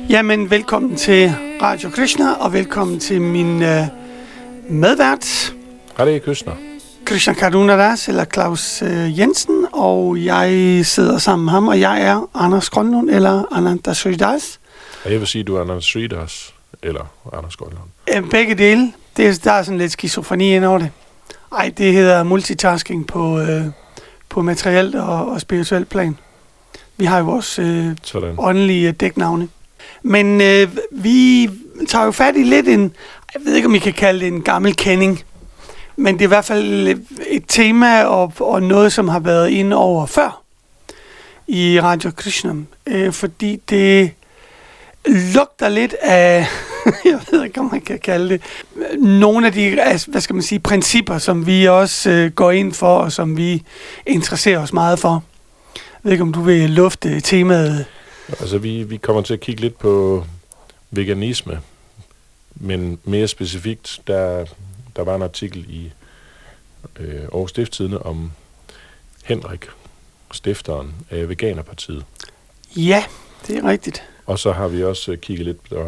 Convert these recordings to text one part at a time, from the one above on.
Jamen, velkommen til Radio Krishna, og velkommen til min medvært. Hare Krishna. Krishna Karunadas, eller Claus Jensen, og jeg sidder sammen med ham, og jeg er Anders Grønlund, eller Ananta Sridas. Og jeg vil sige, at du er Ananta Sridas, eller Anders Grønlund. Begge dele. Der er sådan lidt skizofreni ind over det. Ej, det hedder multitasking på materielt og spirituelt plan. Vi har jo vores åndelige dæknavne. Men vi tager jo fat i lidt jeg ved ikke, om I kan kalde det en gammel kending, men det er i hvert fald et tema og noget, som har været inde over før i Radio Krishna, fordi det lugter lidt af, jeg ved ikke, om man kan kalde det, nogle af de, principper, som vi også går ind for, og som vi interesserer os meget for. Jeg ved ikke, om du vil lufte temaet. Altså, vi kommer til at kigge lidt på veganisme, men mere specifikt, der var en artikel i Aarhus Stiftstidende om Henrik, stifteren af Veganerpartiet. Ja, det er rigtigt. Og så har vi også kigget lidt på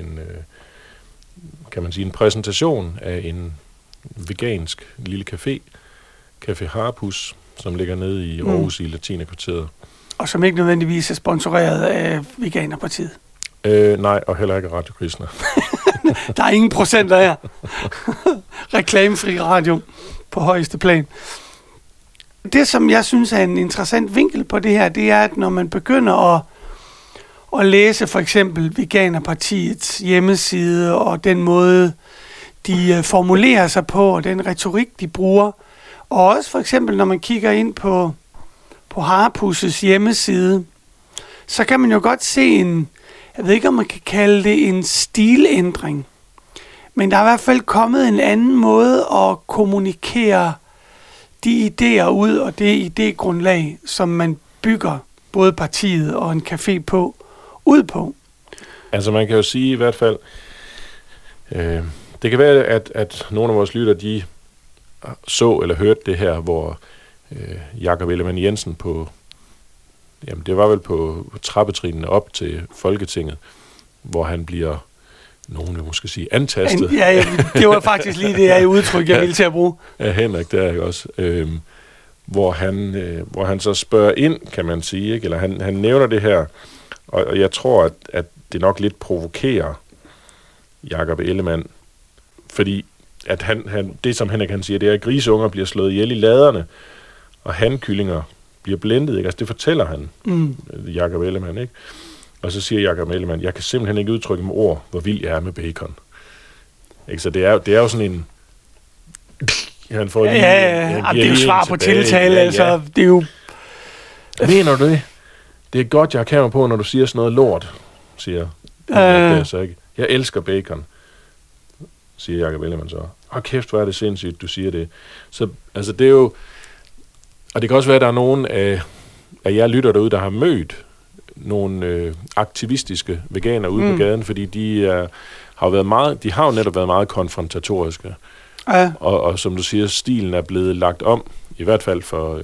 en præsentation af en vegansk lille café, Café Harpus, som ligger nede i Aarhus i Latinerkvarteret. Og som ikke nødvendigvis er sponsoreret af Veganerpartiet. Nej, og heller ikke Radio Krishna. Der er ingen procenter her. Reklamefri radio på højeste plan. Det, som jeg synes er en interessant vinkel på det her, det er, at når man begynder at læse for eksempel Veganerpartiets hjemmeside, og den måde, de formulerer sig på, og den retorik, de bruger, og også for eksempel, når man kigger ind på Harpus' hjemmeside, så kan man jo godt se jeg ved ikke, om man kan kalde det en stilændring, men der er i hvert fald kommet en anden måde at kommunikere de idéer ud, og det idégrundlag, som man bygger både partiet og en café ud på. Altså man kan jo sige i hvert fald, det kan være, at nogle af vores lytter, de så eller hørte det her, hvor Jakob Ellemann-Jensen det var vel på trappetrinene op til Folketinget, hvor han bliver, nogen vil måske sige, antastet. Ja, det var faktisk lige det her udtryk, jeg ville til at bruge. Ja, Henrik, det er ikke også. Hvor han så spørger ind, kan man sige, ikke? Eller han nævner det her, og jeg tror, at det nok lidt provokerer Jakob Ellemann, fordi at det, som Henrik han siger, det er, at grisunger bliver slået ihjel i laderne, og hankyllinger bliver blændet, ikke? Altså det fortæller han, Jakob Ellemann, ikke? Og så siger Jakob Ellemann, jeg kan simpelthen ikke udtrykke med ord, hvor vild jeg er med bacon. Ikke? Så det er jo sådan en... Han får lige, det er jo svar på tiltale, altså, det er jo... Mener du det? Det er godt, jeg har kamera på, når du siger sådan noget lort, siger det så ikke. Jeg elsker bacon, siger Jakob Ellemann så. Kæft, hvor er det sindssygt, du siger det. Så altså, det er jo... Og det kan også være, at der er nogen af jer lytter derude, der har mødt nogle aktivistiske veganer ude på gaden, fordi de har jo netop været meget konfrontatoriske. Ja. Og som du siger, stilen er blevet lagt om, i hvert fald for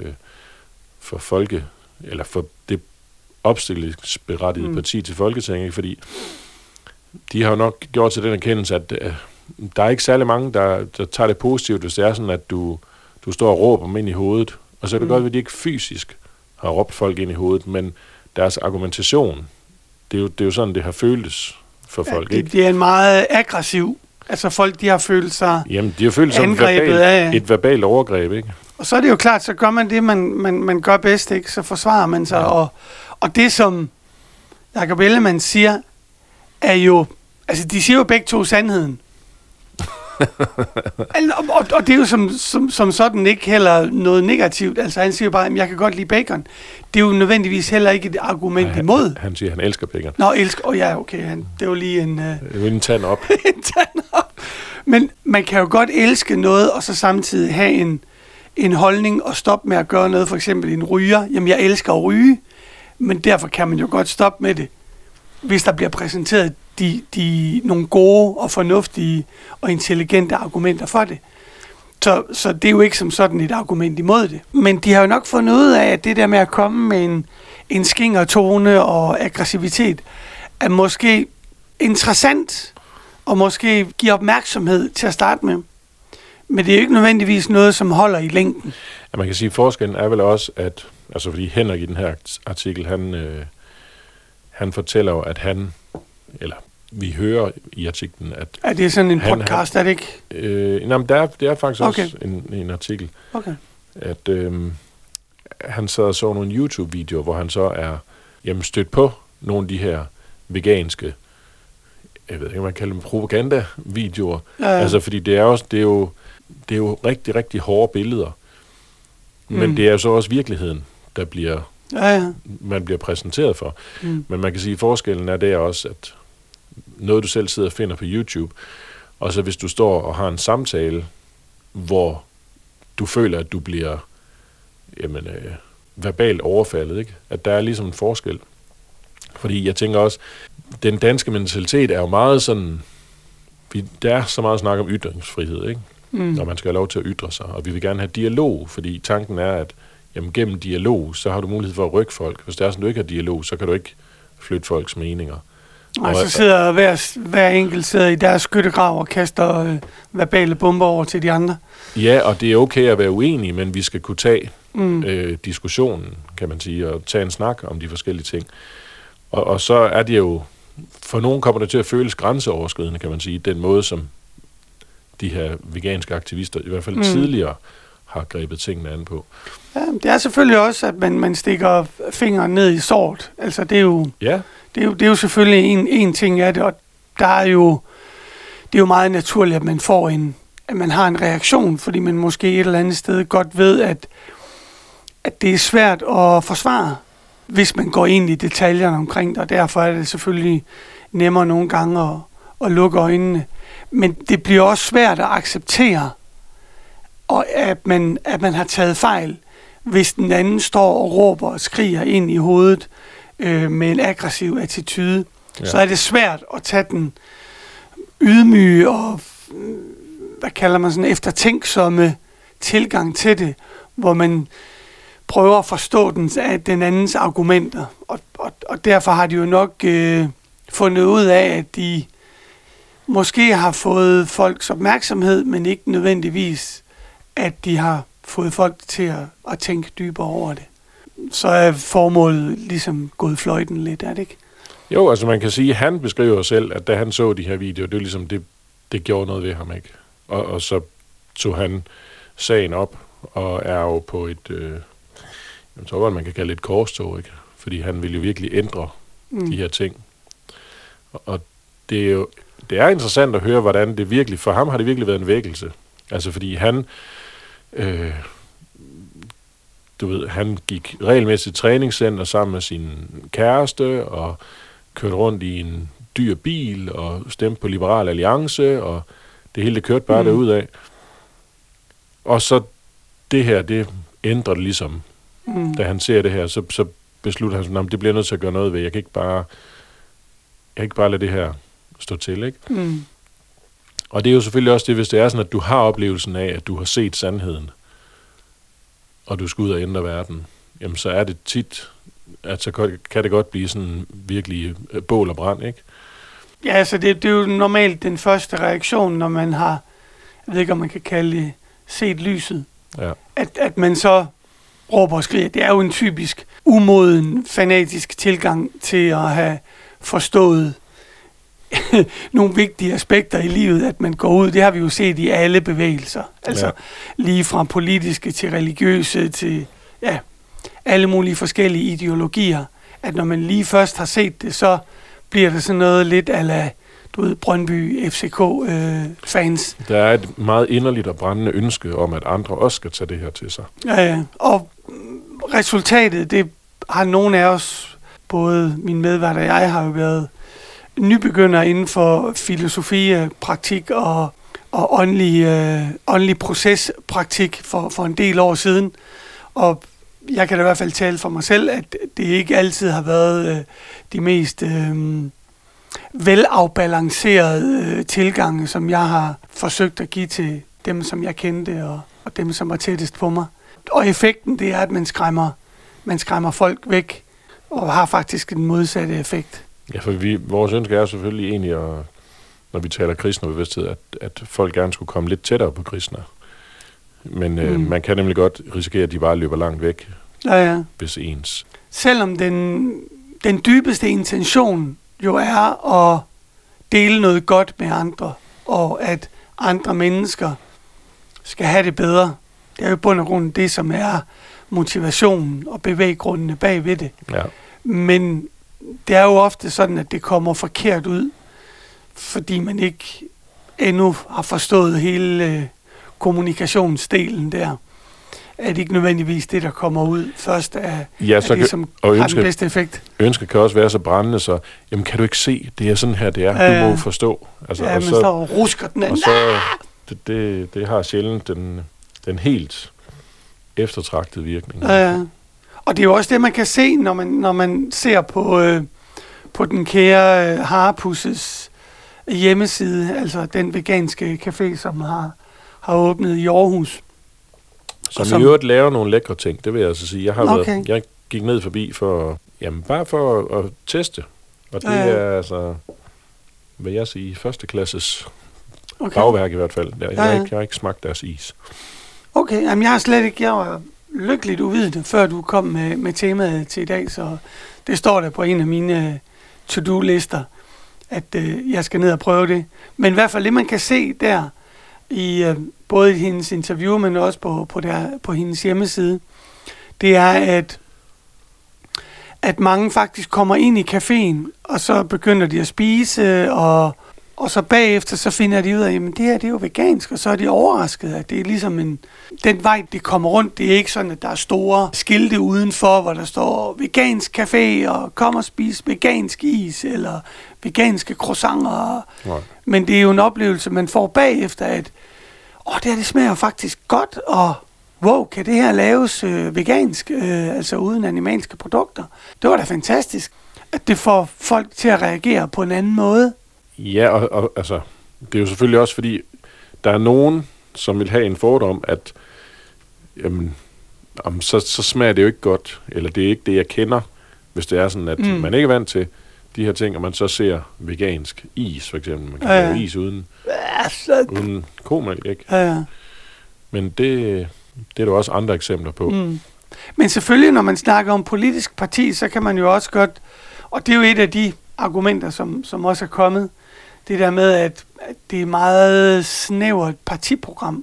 eller for det opstillingsberettigede parti til Folketinget, fordi de har jo nok gjort til den erkendelse, at der er ikke særlig mange, der tager det positivt, hvis det er sådan, at du står og råber dem ind i hovedet. Og så er det godt, at de ikke fysisk har råbt folk ind i hovedet, men deres argumentation, det er jo sådan, det har føltes for folk. Ikke? Det er en meget aggressiv. Altså folk, de har følt sig angrebet af et verbalt overgreb, ikke? Og så er det jo klart, så gør man det, man gør bedst, ikke? Så forsvarer man sig. Ja. Og det, som Jakob Ellemann siger, er jo... Altså, de siger jo begge to sandheden. og det er jo som sådan ikke heller noget negativt. Altså han siger bare, at jeg kan godt lide bacon. Det er jo nødvendigvis heller ikke et argument imod. Han siger, at han elsker bacon. Nå, elsker. Ja, okay. Det var lige en... en tand op. En tand op. Men man kan jo godt elske noget, og så samtidig have en holdning og stoppe med at gøre noget. For eksempel en ryger. Jamen, jeg elsker at ryge, men derfor kan man jo godt stoppe med det, hvis der bliver præsenteret nogle gode og fornuftige og intelligente argumenter for det. Så det er jo ikke som sådan et argument imod det. Men de har jo nok fundet ud af, at det der med at komme med en skinger tone og aggressivitet, er måske interessant, og måske giver opmærksomhed til at starte med. Men det er jo ikke nødvendigvis noget, som holder i længden. Ja, man kan sige, at forskellen er vel også, at altså fordi Henrik i den her artikel, han fortæller jo, at vi hører i artiklen, at... Er det sådan en podcast, er det ikke? Det er faktisk også en artikel. Okay. At han sad og så nogle YouTube-videoer, hvor han så er stødt på nogle af de her veganske, jeg ved ikke, man kalder dem propaganda-videoer. Ja. Altså, fordi det er jo rigtig, rigtig hårde billeder. Men det er jo så også virkeligheden, der man bliver præsenteret for. Men man kan sige, at forskellen er der også, at noget, du selv sidder og finder på YouTube, og så hvis du står og har en samtale, hvor du føler, at du bliver verbalt overfaldet, ikke? At der er ligesom en forskel. Fordi jeg tænker også, den danske mentalitet er jo meget sådan, der er så meget snak om ytringsfrihed, ikke? Når man skal have lov til at ytre sig, og vi vil gerne have dialog, fordi tanken er, at gennem dialog, så har du mulighed for at rykke folk. Hvis det er sådan, du ikke har dialog, så kan du ikke flytte folks meninger. Og så sidder hver enkelt sidder i deres skyttegrav og kaster verbale bomber over til de andre. Ja, og det er okay at være uenige, men vi skal kunne tage diskussionen, kan man sige, og tage en snak om de forskellige ting. Og så er det jo, for nogen kommer det til at føles grænseoverskridende, kan man sige, den måde, som de her veganske aktivister, i hvert fald tidligere, har grebet tingene an på. Ja, det er selvfølgelig også, at man stikker fingeren ned i såret. Altså, det er jo... Ja. Det er jo selvfølgelig en ting af det, og det er jo meget naturligt, at man får at man har en reaktion, fordi man måske et eller andet sted godt ved, at det er svært at forsvare, hvis man går ind i detaljerne omkring det, og derfor er det selvfølgelig nemmere nogle gange at lukke øjnene. Men det bliver også svært at acceptere, og at man har taget fejl, hvis den anden står og råber og skriger ind i hovedet, med en aggressiv attitude, så er det svært at tage den ydmyge og, hvad kalder man sådan, eftertænksomme tilgang til det, hvor man prøver at forstå den andens argumenter. Og derfor har de jo nok fundet ud af, at de måske har fået folks opmærksomhed, men ikke nødvendigvis, at de har fået folk til at tænke dybere over det. Så er formålet ligesom gået fløjten lidt, er det ikke? Jo, altså man kan sige, at han beskriver selv, at da han så de her videoer, det er ligesom, det gjorde noget ved ham, ikke? Og så tog han sagen op, og er jo på et, jeg tror, man kan kalde et korstog, ikke? Fordi han ville jo virkelig ændre de her ting. Og det er interessant at høre, hvordan det virkelig, for ham har det virkelig været en vækkelse. Altså fordi han... han gik regelmæssigt træningscenter sammen med sin kæreste, og kørte rundt i en dyr bil, og stemte på Liberal Alliance, og det hele det kørte bare derudad. Og så det her, det ændrer det ligesom. Da han ser det her, så beslutter han, at det bliver nødt til at gøre noget ved. Jeg kan ikke bare lade det her stå til, ikke? Og det er jo selvfølgelig også det, hvis det er sådan, at du har oplevelsen af, at du har set sandheden, og du skal ud og ændre verden, jamen så er det tit, at så kan det godt blive sådan virkelig bål og brand, ikke? Ja, altså det er jo normalt den første reaktion, når man har, jeg ved ikke, om man kan kalde det, set lyset. Ja. At man så råber og skriger. Det er jo en typisk umoden, fanatisk tilgang til at have forstået nogle vigtige aspekter i livet, at man går ud. Det har vi jo set i alle bevægelser. Altså lige fra politiske til religiøse til alle mulige forskellige ideologier. At når man lige først har set det, så bliver det sådan noget lidt a la, du ved, Brøndby FCK-fans. Der er et meget inderligt og brændende ønske om, at andre også skal tage det her til sig. Ja. Og resultatet, det har nogle af os, både min medvært og jeg, har jo været nybegynder inden for filosofi, praktik og åndelig procespraktik for en del år siden. Og jeg kan da i hvert fald tale for mig selv, at det ikke altid har været de mest velafbalancerede tilgange, som jeg har forsøgt at give til dem, som jeg kendte, og dem, som var tættest på mig. Og effekten, det er, at man skræmmer folk væk, og har faktisk en modsatte effekt. Ja, for vores ønske er selvfølgelig egentlig, når vi taler kristne bevidsthed, at folk gerne skulle komme lidt tættere på kristne. Men man kan nemlig godt risikere, at de bare løber langt væk, hvis ens. Selvom den dybeste intention jo er at dele noget godt med andre, og at andre mennesker skal have det bedre. Det er jo bund og grund det, som er motivationen og bevæggrundene bag ved det. Ja. Men det er jo ofte sådan, at det kommer forkert ud, fordi man ikke endnu har forstået hele kommunikationsdelen der. Er det ikke nødvendigvis det, der kommer ud først af det, som har den bedste effekt? Ønsket kan også være så brændende, så jamen, kan du ikke se, det er sådan her, det er. Du må forstå. Altså, ja, men så rusker den anden. Og så, det har sjældent den helt eftertragtede virkning. Ja. Og det er jo også det, man kan se, når man ser på den kære Harepusses hjemmeside, altså den veganske café, som har åbnet i Aarhus. Som i øvrigt laver nogle lækre ting, det vil jeg altså sige. Jeg gik ned forbi bare for at teste. Og det er altså, hvad jeg siger, førsteklasses bagværk i hvert fald. Jeg har ikke smagt deres is. Okay, jamen jeg var lykkeligt uvidende, før du kom med temaet til i dag, så det står der på en af mine to-do-lister, at jeg skal ned og prøve det. Men i hvert fald det, man kan se der, i både i hendes interview, men også på hendes hjemmeside, det er, at mange faktisk kommer ind i caféen, og så begynder de at spise, og så bagefter så finder de ud af, jamen det her, det er jo vegansk, og så er de overrasket, at det er ligesom den vej, det kommer rundt, det er ikke sådan, at der er store skilte udenfor, hvor der står vegansk café, og kom og spis vegansk is, eller veganske croissanter. Nej. Men det er jo en oplevelse, man får bagefter, at det smager faktisk godt, og wow, kan det her laves vegansk, altså uden animalske produkter? Det var da fantastisk, at det får folk til at reagere på en anden måde. Ja, og altså, det er jo selvfølgelig også, fordi der er nogen, som vil have en fordom, at så smager det jo ikke godt, eller det er ikke det, jeg kender, hvis det er sådan, at man ikke er vant til de her ting, og man så ser vegansk is, for eksempel. Man kan lave is uden komælk, ikke? Ja. Men det er der også andre eksempler på. Men selvfølgelig, når man snakker om politisk parti, så kan man jo også godt, og det er jo et af de argumenter, som også er kommet, det der med, at det er meget snævert partiprogram.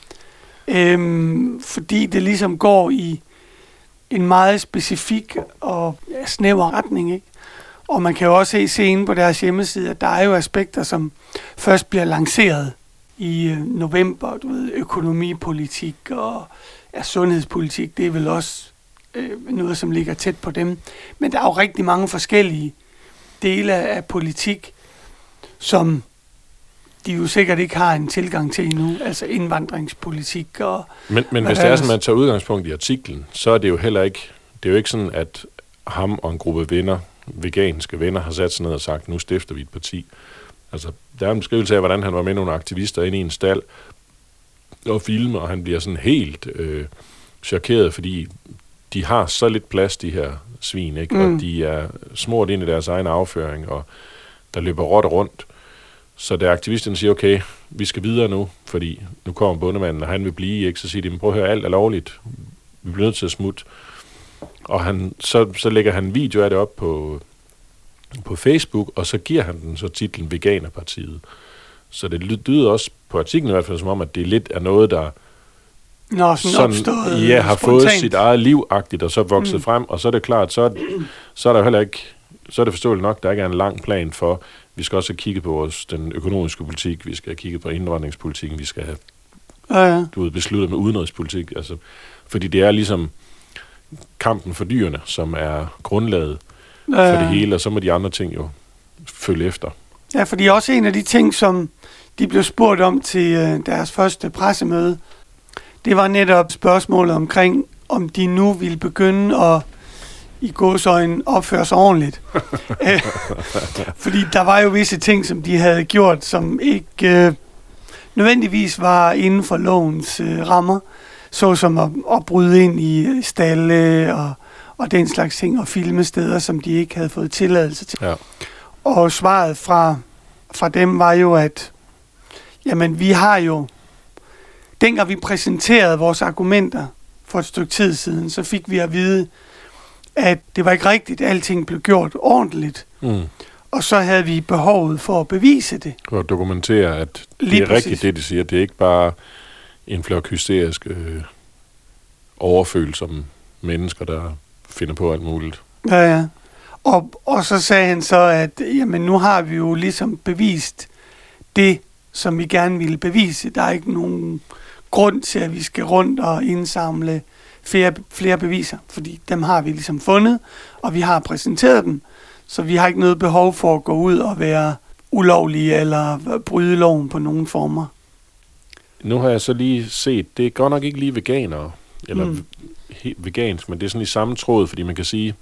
Fordi det ligesom går i en meget specifik og snæver retning, ikke? Og man kan jo også se inde på deres hjemmeside, at der er jo aspekter, som først bliver lanceret i november. Du ved, økonomipolitik og sundhedspolitik, det er vel også noget, som ligger tæt på dem. Men der er jo rigtig mange forskellige dele af politik, som de jo sikkert ikke har en tilgang til endnu, altså indvandringspolitik og... Men hvis det er sådan, man tager udgangspunkt i artiklen, så er det jo heller ikke, det er jo ikke sådan, at ham og en gruppe venner, veganske venner, har sat sig ned og sagt, nu stifter vi et parti. Altså, der er en beskrivelse af, hvordan han var med nogle aktivister inde i en stald og filme, og han bliver sådan helt chokeret, fordi de har så lidt plads, de her svin, ikke? Og de er smurt ind i deres egen afføring, og der løber rotter rundt. Så da aktivisterne siger, okay, vi skal videre nu, fordi nu kommer bondemanden, og han vil blive, ikke? Så siger de, prøv at høre, alt er lovligt. Vi bliver nødt til at smutte. Og så lægger han en video af det op på Facebook, og så giver han den så titlen Veganerpartiet. Så det lyder også på artiklen i hvert fald som om, at det lidt er noget, der har fået sit eget livagtigt, og så vokset frem, og så er det klart, så er der heller ikke, så er det forståeligt nok, der ikke er en lang plan for, vi skal også have kigget på den økonomiske politik, vi skal have kigget på indvandringspolitikken, vi skal have besluttet med udenrigspolitik, altså, fordi det er ligesom kampen for dyrene, som er grundlaget for det hele, og så må de andre ting jo følge efter. Ja, fordi også en af de ting, som de blev spurgt om til deres første pressemøde, det var netop spørgsmålet omkring, om de nu ville begynde at i gåseøjne opføre sig ordentligt. Fordi der var jo visse ting, som de havde gjort, som ikke nødvendigvis var inden for lovens rammer, såsom at bryde ind i stalde og den slags ting, og filme steder, som de ikke havde fået tilladelse til. Ja. Og svaret fra dem var jo, at jamen, vi har jo, dengang vi præsenterede vores argumenter for et stykke tid siden, så fik vi at vide, at det var ikke rigtigt, at alting blev gjort ordentligt. Og så havde vi behovet for at bevise det. Og dokumentere, at det er rigtigt, det de siger. Det er ikke bare en flok hysteriske overfølsomme mennesker, der finder på alt muligt. Ja. Og så sagde han så, at jamen, nu har vi jo ligesom bevist det, som vi gerne ville bevise. Der er ikke nogen grund til, at vi skal rundt og indsamle flere beviser, fordi dem har vi ligesom fundet, og vi har præsenteret dem, så vi har ikke noget behov for at gå ud og være ulovlige eller bryde loven på nogen former. Nu har jeg så lige set, det er godt nok ikke lige veganere, eller vegansk, men det er sådan i samme tråd, fordi man kan sige,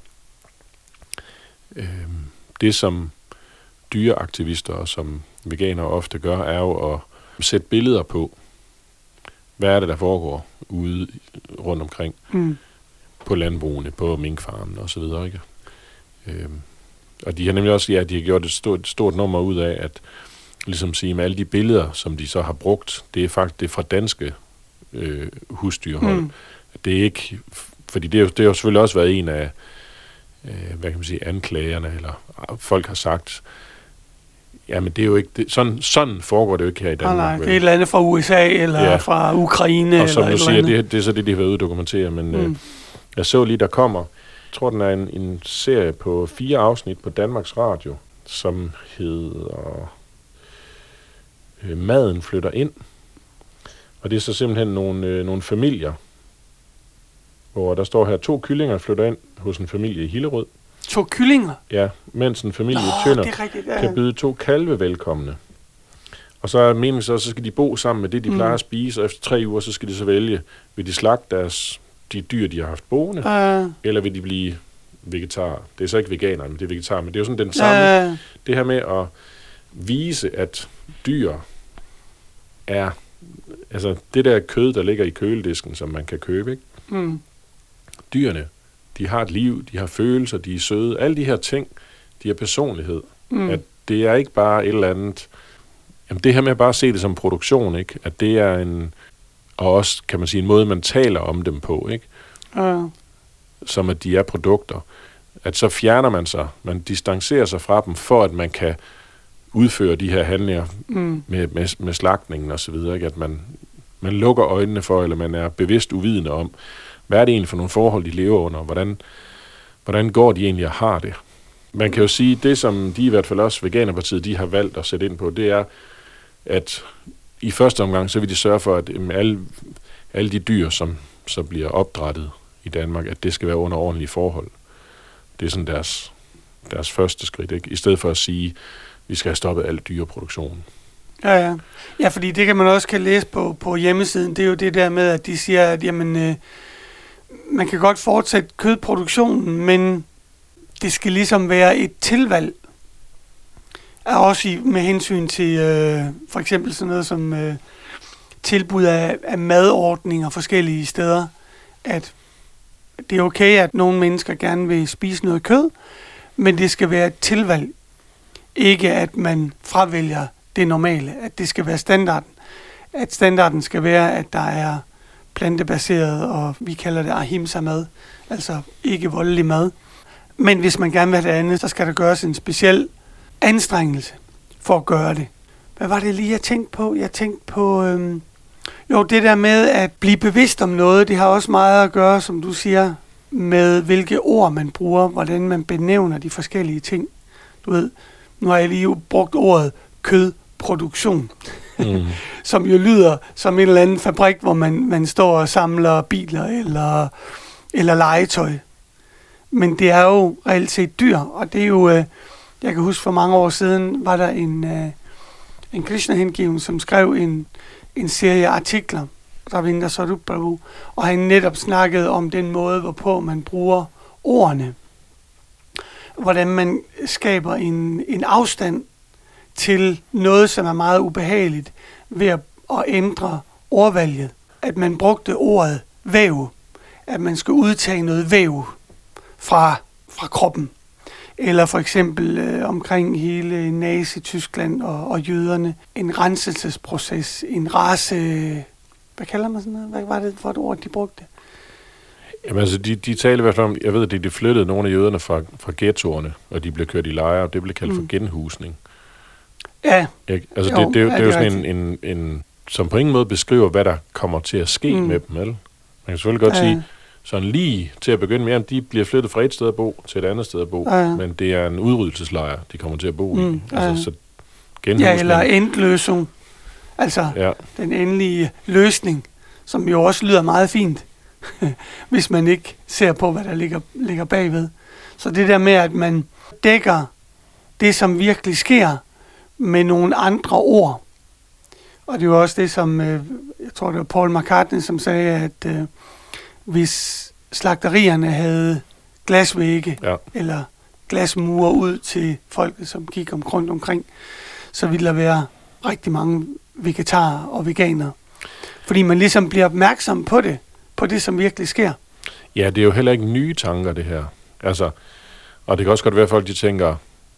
det som dyreaktivister og som veganere ofte gør, er jo at sætte billeder på, hvad er det, der foregår ude rundt omkring på landbrugene, på minkfarmen og så videre, ikke? Og de har nemlig også, de har gjort et stort nummer ud af, at ligesom sige, med alle de billeder, som de så har brugt, det er faktisk det fra danske husdyrhold. Det er ikke, fordi det har selvfølgelig også været en af, hvad kan man sige, anklagerne, eller folk har sagt, jamen det er jo ikke, sådan foregår det jo ikke her i Danmark. Nej, det er et eller andet fra USA, eller fra Ukraine, og som eller du siger, det er så det, de har været ude at dokumentere, men jeg så lige, der kommer, jeg tror, den er en serie på 4 afsnit på Danmarks Radio, som hedder Maden flytter ind. Og det er så simpelthen nogle familier, hvor der står her, 2 kyllinger flytter ind hos en familie i Hillerød. 2 kyllinger? Ja, mens en familie i Tønder kan byde 2 kalve velkomne. Og så er meningen så skal de bo sammen med det, de plejer at spise, og efter 3 uger, så skal de så vælge, vil de slagte de dyr, de har haft boende, eller vil de blive vegetarer. Det er så ikke veganer, men det er vegetarer, men det er jo sådan den samme, det her med at vise, at dyr er, altså det der kød, der ligger i køledisken, som man kan købe, ikke? Dyrene, de har et liv, de har følelser, de er søde, alle de her ting, de har personlighed. At det er ikke bare et eller andet, jamen det her med at bare se det som produktion, ikke? At det er og også, kan man sige, en måde, man taler om dem på, ikke? Som at de er produkter. At så fjerner man distancerer sig fra dem, for at man kan udføre de her handlinger med slagtningen og så videre, ikke? At man lukker øjnene for, eller man er bevidst uvidende om, hvad er det egentlig for nogle forhold, de lever under, hvordan går de egentlig og har det. Man kan jo sige, det som de i hvert fald også Veganerpartiet, de har valgt at sætte ind på, det er, at i første omgang, så vil de sørge for, at alle de dyr, som så bliver opdrættet i Danmark, at det skal være under ordentlige forhold. Det er sådan deres første skridt, ikke? I stedet for at sige, vi skal have stoppet al dyreproduktion. Ja, fordi det kan man også kan læse på hjemmesiden. Det er jo det der med, at de siger, at jamen, man kan godt fortsætte kødproduktionen, men det skal ligesom være et tilvalg. Også med hensyn til for eksempel sådan noget som tilbud af madordninger forskellige steder. At det er okay, at nogle mennesker gerne vil spise noget kød, men det skal være et tilvalg. Ikke at man fravælger det normale, at det skal være standarden. At standarden skal være, at der er plantebaseret, og vi kalder det ahimsa-mad, altså ikke voldelig mad. Men hvis man gerne vil have det andet, så skal der gøres en speciel anstrengelse for at gøre det. Hvad var det lige, jeg tænkte på? Jeg tænkte på, det der med at blive bevidst om noget, det har også meget at gøre, som du siger, med hvilke ord man bruger, hvordan man benævner de forskellige ting. Du ved, nu har jeg lige brugt ordet kødproduktion, som jo lyder som en eller anden fabrik, hvor man står og samler biler eller legetøj. Men det er jo reelt set dyr, og det er jo, jeg kan huske for mange år siden, var der en Krishna-hengiven, som skrev en serie artikler, Ravinder Sarup Prabhu, og han netop snakkede om den måde, hvorpå man bruger ordene. Hvordan man skaber en afstand til noget, som er meget ubehageligt, ved at ændre ordvalget. At man brugte ordet væv, at man skal udtage noget væv fra kroppen. eller for eksempel omkring hele Nazi-Tyskland og jøderne. En renselsesproces, en race... Hvad kalder man sådan noget? Hvad var det for et ord, de brugte? Jamen altså, de taler i hvert fald om... Jeg ved, at de flyttede nogle af jøderne fra ghettoerne, og de blev kørt i lejre, og det blev kaldt for genhusning. Ja. Altså, det er jo sådan en som på ingen måde beskriver, hvad der kommer til at ske med dem, vel? Man kan selvfølgelig godt sige, sådan lige til at begynde med, at de bliver flyttet fra et sted at bo til et andet sted at bo, men det er en udryddelseslejr, de kommer til at bo i. Altså, så genhusning. Eller endløsning. Altså, den endelige løsning, som jo også lyder meget fint, hvis man ikke ser på, hvad der ligger bagved. Så det der med, at man dækker det, som virkelig sker, med nogle andre ord. Og det er jo også det, som, jeg tror det var Paul McCartney, som sagde, at hvis slagterierne havde glasvægge, eller glasmure ud til folket, som gik rundt omkring, så ville der være rigtig mange vegetarer og veganere. Fordi man ligesom bliver opmærksom på det, som virkelig sker. Ja, det er jo heller ikke nye tanker, det her. Altså, og det kan også godt være, at folk de tænker,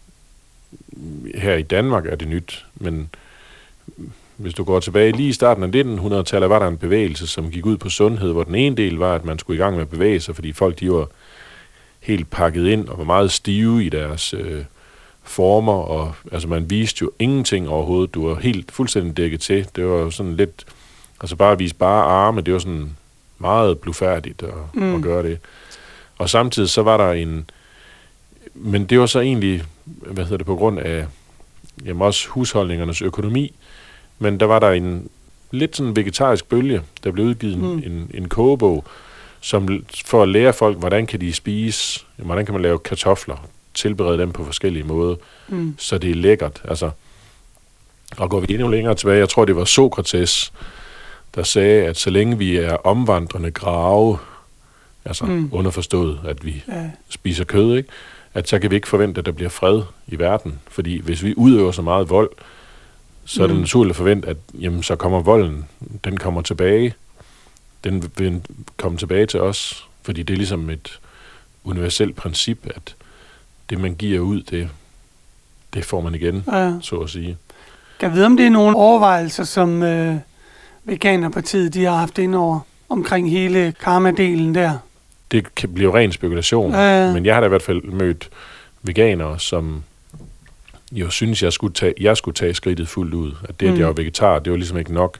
her i Danmark er det nyt, men hvis du går tilbage lige i starten af 1900-tallet, var der en bevægelse, som gik ud på sundhed, hvor den ene del var, at man skulle i gang med at bevæge sig, fordi folk de var helt pakket ind og var meget stive i deres former, og altså man viste jo ingenting overhovedet. Du var helt fuldstændig dækket til. Det var jo sådan lidt, altså bare at vise bare arme, det var sådan meget blufærdigt at gøre det. Og samtidig så var der men det var så egentlig, på grund af også husholdningernes økonomi, men der var der en lidt sådan vegetarisk bølge, der blev udgivet en kogebog, som for at lære folk, hvordan kan de spise, hvordan kan man lave kartofler, tilberede dem på forskellige måder, så det er lækkert. Altså, og går vi endnu længere tilbage, jeg tror det var Sokrates, der sagde, at så længe vi er omvandrende grave, altså underforstået, at vi spiser kød, ikke? At så kan vi ikke forvente, at der bliver fred i verden. Fordi hvis vi udøver så meget vold, så er det naturligt at forvente, at jamen, så kommer volden, den kommer tilbage. Den vil komme tilbage til os, fordi det er ligesom et universelt princip, at det, man giver ud, det får man igen, så at sige. Kan jeg vide, om det er nogle overvejelser, som Veganerpartiet de har haft indover omkring hele karma-delen der? Det kan blive ren spekulation, men jeg har da i hvert fald mødt veganere, som jo synes, jeg skulle tage skridtet fuldt ud. At det, at jeg var vegetar, det var ligesom ikke nok.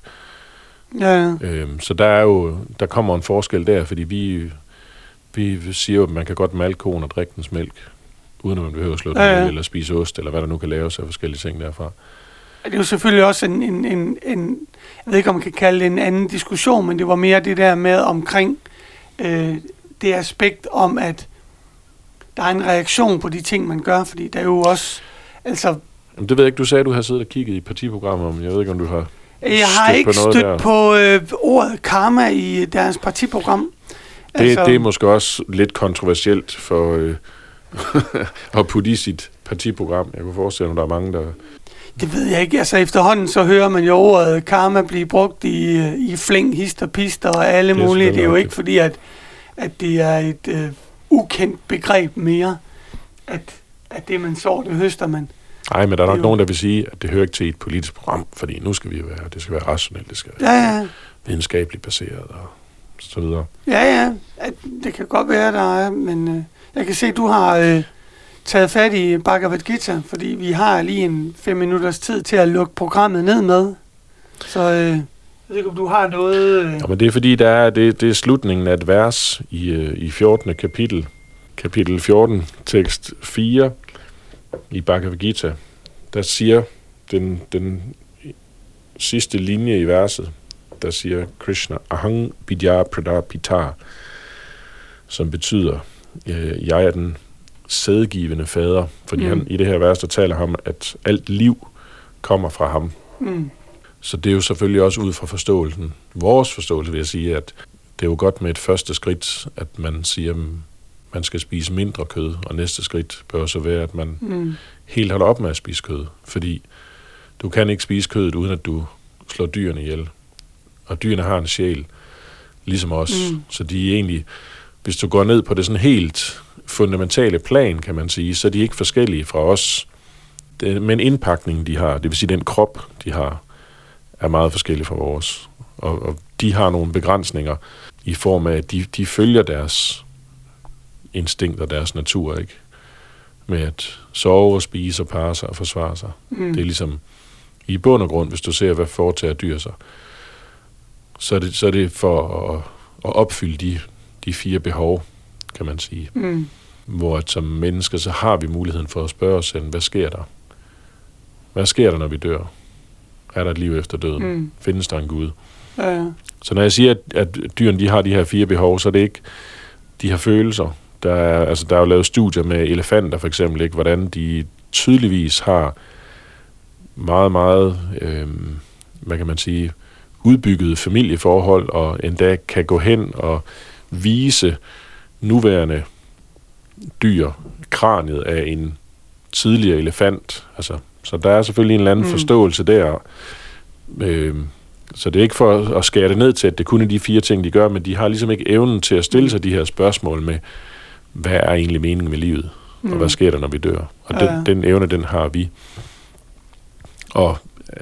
Så der kommer en forskel der, fordi vi siger jo, at man kan godt malke koen og drikke dens mælk, uden at man behøver at slå den ihjel, eller spise ost, eller hvad der nu kan laves af forskellige ting derfra. Det er jo selvfølgelig også en jeg ved ikke, om man kan kalde det en anden diskussion, men det var mere det der med omkring det aspekt om, at der er en reaktion på de ting, man gør, fordi der er jo også, altså... Jamen, det ved jeg ikke, du sagde, at du har siddet og kigget i partiprogrammer, men jeg ved ikke, om du har jeg har ikke stødt på ordet karma i deres partiprogram. Det er måske også lidt kontroversielt for at putte i sit partiprogram. Jeg kunne forestille mig, at der er mange, der... Det ved jeg ikke. Altså efterhånden så hører man jo ordet karma blive brugt i flæng, hist og pister og alle mulige. Det er jo ikke fordi, at det er et ukendt begreb mere, at det man sår, det høster man. Nej, men der er nok nogen, der vil sige, at det hører ikke til et politisk program, fordi nu skal det skal være rationelt, det skal være videnskabeligt baseret og så videre. Ja, det kan godt være, der er, men jeg kan se, at du har taget fat i Bhagavad Gita, fordi vi har lige en 5 minutters tid til at lukke programmet ned med. Så jeg ved ikke, om du har noget... Ja, men det er fordi, det er slutningen af et vers i 14. kapitel. Kapitel 14, tekst 4 i Bhagavad Gita. Der siger den sidste linje i verset, der siger Krishna, Ahang Vidya Pradapita, som betyder, jeg er den sædgivende fader, fordi han i det her vers, der taler ham, at alt liv kommer fra ham. Så det er jo selvfølgelig også ud fra forståelsen. Vores forståelse vil jeg sige, at det er jo godt med et første skridt, at man siger, at man skal spise mindre kød, og næste skridt bør så være, at man helt holder op med at spise kød, fordi du kan ikke spise kødet, uden at du slår dyrene ihjel. Og dyrene har en sjæl, ligesom os, så de er egentlig hvis du går ned på det sådan helt fundamentale plan, kan man sige, så er de ikke forskellige fra os. Men indpakningen, de har, det vil sige den krop, de har, er meget forskellig fra vores. Og de har nogle begrænsninger i form af, at de følger deres instinkt og deres natur, ikke? Med at sove og spise og parre sig og forsvare sig. Det er ligesom i bund og grund, hvis du ser, hvad foretager dyr sig, så er det for at opfylde de 4 behov, kan man sige. Hvor at som mennesker, så har vi muligheden for at spørge os selv, hvad sker der? Hvad sker der, når vi dør? Er der et liv efter døden? Findes der en Gud? Ja. Så når jeg siger, at dyrene de har de her 4 behov, så er det ikke, de har følelser. Der er jo lavet studier med elefanter for eksempel, ikke? Hvordan de tydeligvis har meget, meget, hvad kan man sige, udbyggede familieforhold, og endda kan gå hen og vise nuværende dyr kraniet af en tidligere elefant. Altså, så der er selvfølgelig en eller anden forståelse der. Så det er ikke for at skære det ned til, at det kun er de 4 ting, de gør, men de har ligesom ikke evnen til at stille sig de her spørgsmål med, hvad er egentlig meningen med livet, og hvad sker der, når vi dør? Og den evne, den har vi. Og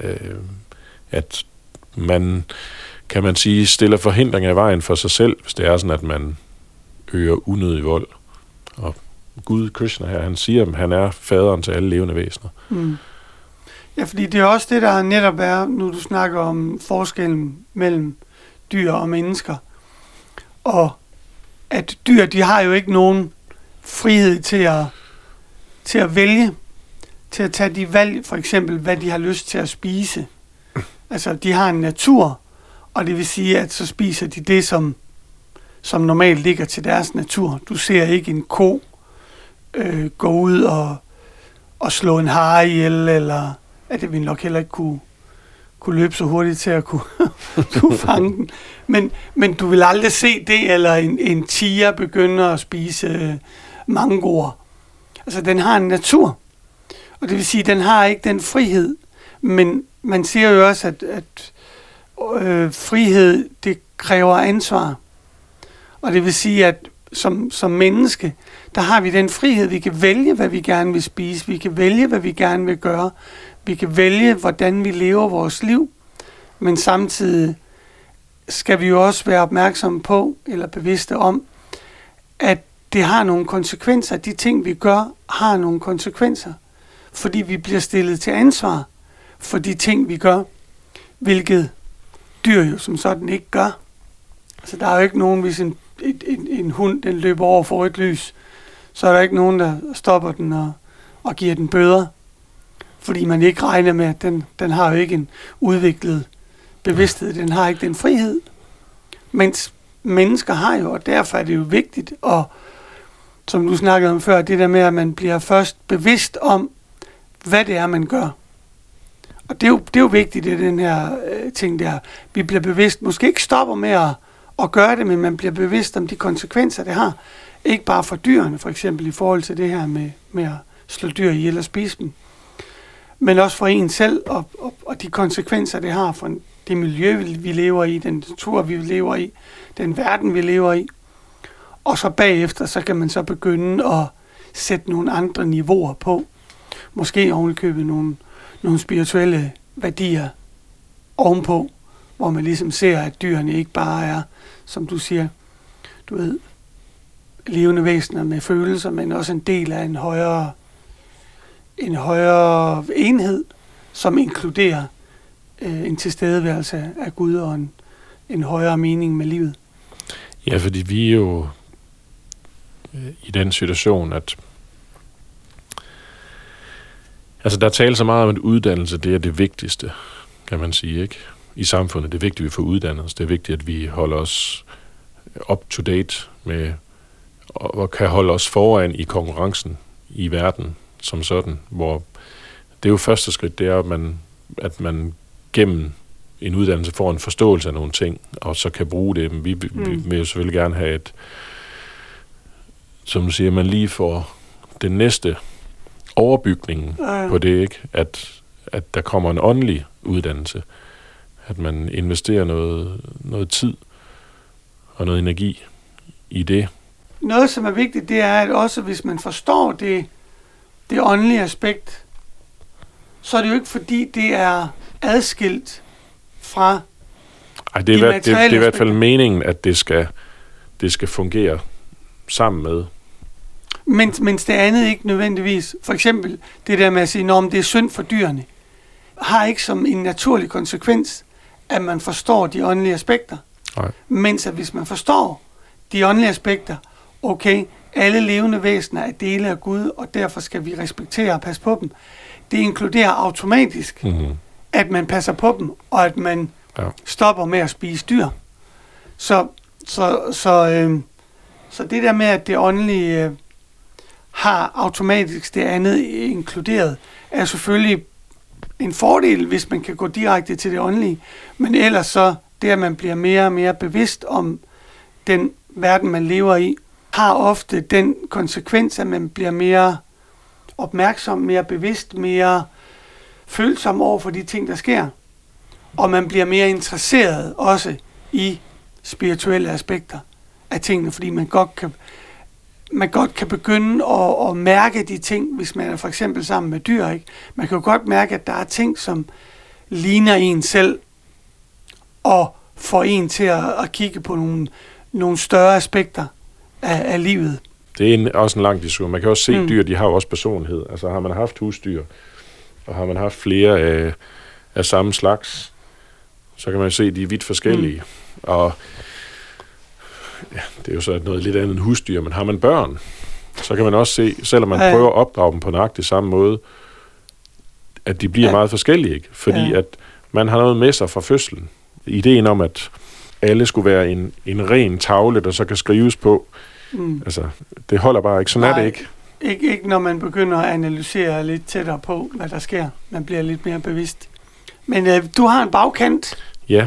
at man, kan man sige, stiller forhindringer i vejen for sig selv, hvis det er sådan, at man øger unødig vold. Og Gud, Krishna her, han siger, at han er faderen til alle levende væsener. Ja, fordi det er også det, der netop er, nu du snakker om forskellen mellem dyr og mennesker. Og at dyr, de har jo ikke nogen frihed til at vælge, til at tage de valg, for eksempel, hvad de har lyst til at spise. Altså, de har en natur, og det vil sige, at så spiser de det, som normalt ligger til deres natur. Du ser ikke en ko gå ud og slå en hare ihjel, eller at det vil nok heller ikke kunne løbe så hurtigt til at kunne fange den. Men du vil aldrig se det, eller en tiger begynde at spise mangoer. Altså, den har en natur. Og det vil sige, at den har ikke den frihed. Men man siger jo også, at frihed, det kræver ansvar. Og det vil sige, at som menneske, der har vi den frihed. Vi kan vælge, hvad vi gerne vil spise. Vi kan vælge, hvad vi gerne vil gøre. Vi kan vælge, hvordan vi lever vores liv. Men samtidig skal vi jo også være opmærksomme på, eller bevidste om, at det har nogle konsekvenser. De ting, vi gør, har nogle konsekvenser. Fordi vi bliver stillet til ansvar for de ting, vi gør. Hvilket dyr jo som sådan ikke gør. Altså, der er jo ikke nogen, hvis en hund den løber over for et lys, så er der ikke nogen, der stopper den og giver den bøder. Fordi man ikke regner med, at den har jo ikke en udviklet bevidsthed. Den har ikke den frihed. Mens mennesker har jo, og derfor er det jo vigtigt, og som du snakkede om før, det der med, at man bliver først bevidst om, hvad det er, man gør. Og det er jo vigtigt i den her ting der. Vi bliver bevidst, måske ikke stopper med at gøre det, men man bliver bevidst om de konsekvenser, det har. Ikke bare for dyrene, for eksempel i forhold til det her med at slå dyr ihjel og spise dem, men også for en selv, og de konsekvenser, det har for det miljø, vi lever i, den natur, vi lever i, den verden, vi lever i. Og så bagefter, så kan man så begynde at sætte nogle andre niveauer på. Måske ovenikøbet nogle spirituelle værdier ovenpå, hvor man ligesom ser, at dyrene ikke bare er, som du siger, du ved, levende væsener med følelser, men også en del af en højere enhed, som inkluderer en tilstedeværelse af Gud og en højere mening med livet. Ja, fordi vi er jo i den situation, at altså der tales så meget om, at uddannelse, det er det vigtigste, kan man sige, ikke? I samfundet. Det er vigtigt, at vi får uddannet os. Det er vigtigt, at vi holder os up to date med, og kan holde os foran i konkurrencen i verden som sådan, hvor det er jo første skridt, det er, at man gennem en uddannelse får en forståelse af nogle ting, og så kan bruge det. Vi vil jo selvfølgelig gerne have et, som du siger, man lige får den næste overbygningen på det, ikke? At der kommer en åndelig uddannelse. At man investerer noget tid og noget energi i det, noget, som er vigtigt, det er, at også hvis man forstår det åndelige aspekt, så er det jo ikke fordi, det er adskilt fra det er i hvert fald meningen, at det skal fungere sammen med. Mens det andet ikke nødvendigvis. For eksempel det der med at sige, om det er synd for dyrene, har ikke som en naturlig konsekvens, at man forstår de åndelige aspekter. Nej. Mens at hvis man forstår de åndelige aspekter, okay, alle levende væsener er dele af Gud, og derfor skal vi respektere og passe på dem. Det inkluderer automatisk, at man passer på dem, og at man stopper med at spise dyr. Så det der med, at det åndelige har automatisk det andet inkluderet, er selvfølgelig en fordel, hvis man kan gå direkte til det åndelige. Men ellers så, det at man bliver mere og mere bevidst om den verden, man lever i, har ofte den konsekvens, at man bliver mere opmærksom, mere bevidst, mere følsom over for de ting, der sker. Og man bliver mere interesseret også i spirituelle aspekter af tingene, fordi man godt kan begynde at mærke de ting, hvis man er for eksempel sammen med dyr, ikke? Man kan jo godt mærke, at der er ting, som ligner en selv, og får en til at kigge på nogle større aspekter af livet. Det er også en lang diskussion. Man kan også se, dyr, de har jo også personlighed. Altså har man haft husdyr, og har man haft flere af samme slags, så kan man se, at de er vidt forskellige. Og ja, det er jo så noget lidt andet end husdyr, men har man børn, så kan man også se, selvom man prøver at opdrage dem på nøjagtig samme måde, at de bliver meget forskellige, ikke? Fordi at man har noget med sig fra fødslen. Ideen om, at alle skulle være en ren tavle, der så kan skrives på, altså, det holder bare ikke. Sådan er det ikke. Ikke når man begynder at analysere lidt tættere på, hvad der sker. Man bliver lidt mere bevidst. Men du har en bagkant. Ja.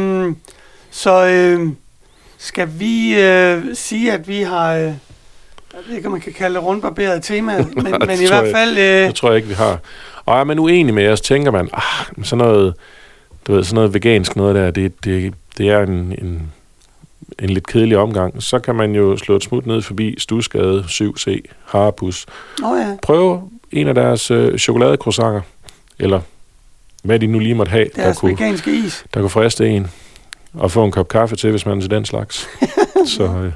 Skal vi sige, at vi har, jeg ved ikke, om man kan kalde det rundbarberet tema, men i hvert fald... Det tror jeg ikke, vi har. Og er man uenig med os, tænker man, sådan noget, du ved, sådan noget vegansk noget der, det er en lidt kedelig omgang. Så kan man jo slå et smut ned forbi Stusgade 7C, Harepus. Prøv en af deres chokoladecroissanter, eller hvad de nu lige måtte have, deres veganske is. Der kunne friste en, og få en kop kaffe til, hvis man er til den slags. Så,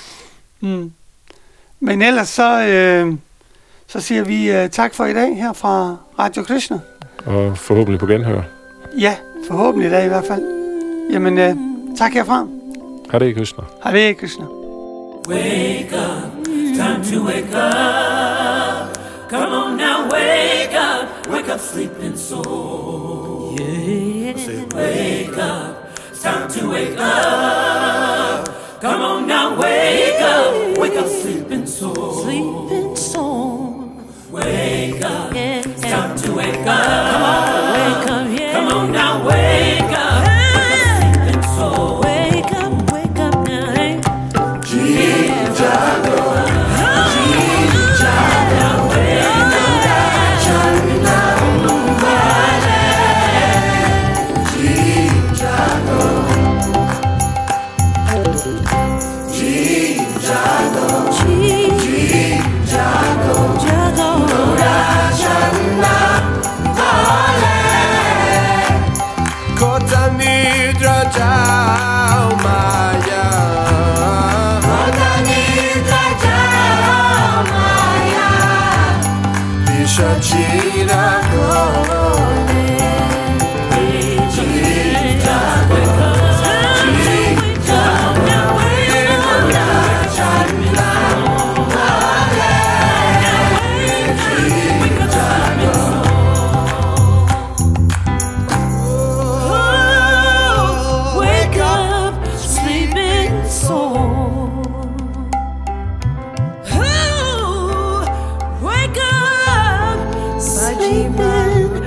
Men ellers så siger vi tak for i dag her fra Radio Krishna. Og forhåbentlig på genhør. Ja, forhåbentlig i dag i hvert fald. Jamen, tak herfra. Hare Krishna. Hare Krishna. Wake up, time to wake up. Come on now, wake up, sleeping soul. Yeah. Wake up, time to wake up. Come on now, wake up, sleeping soul. Sleeping soul. Wake up, time to wake up. Come on, wake up, yeah. Come on now, wake up, sleeping soul. Wake up now, hey. Sleeping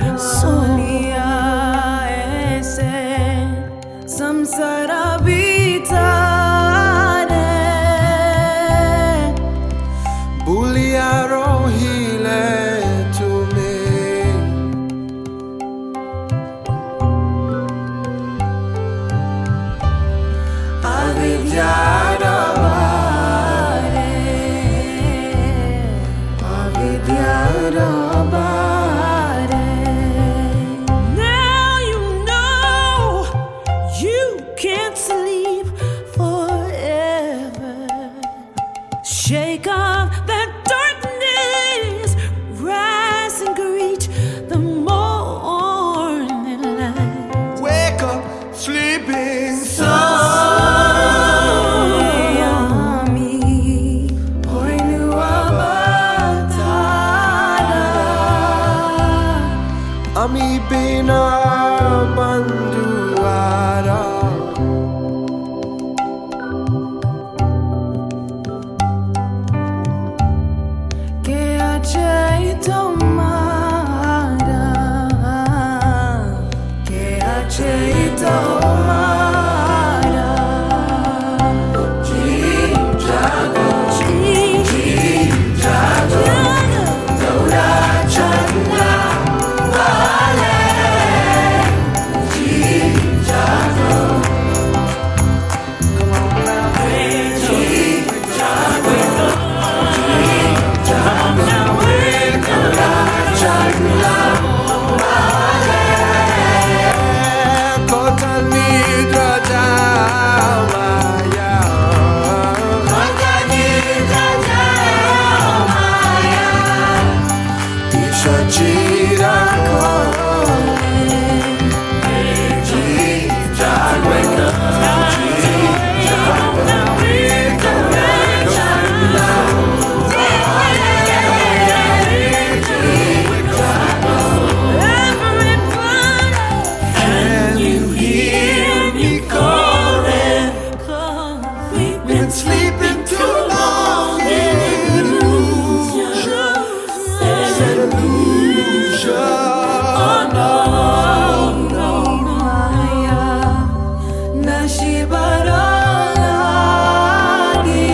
बिना बंधुआरा के अजय तुम्हारा के अजय तुम्हारा जी जागो जी जागो दौड़ा चलना वाले जी जागो Sleeping too long in illusion. Oh no, no, Maya. Nashibaralagi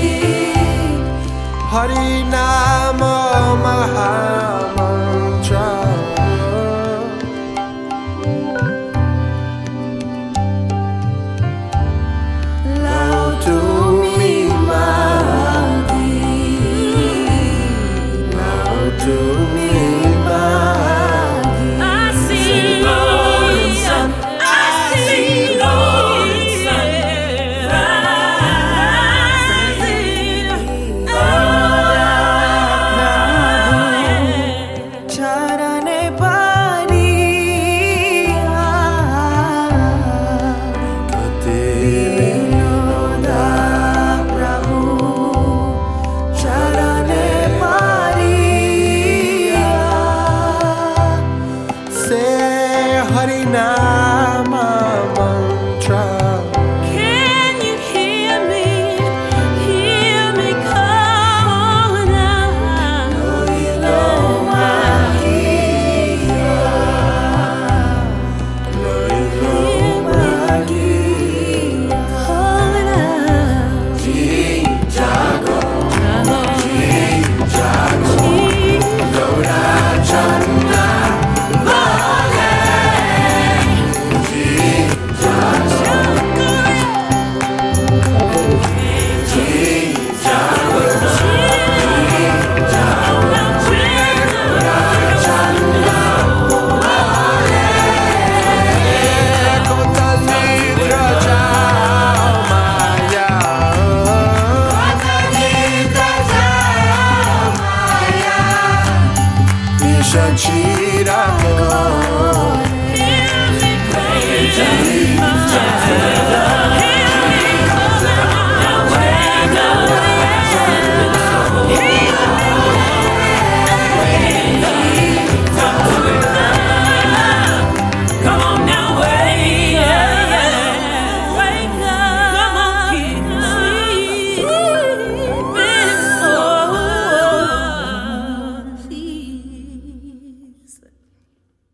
Harinama Mahamantra. Harinam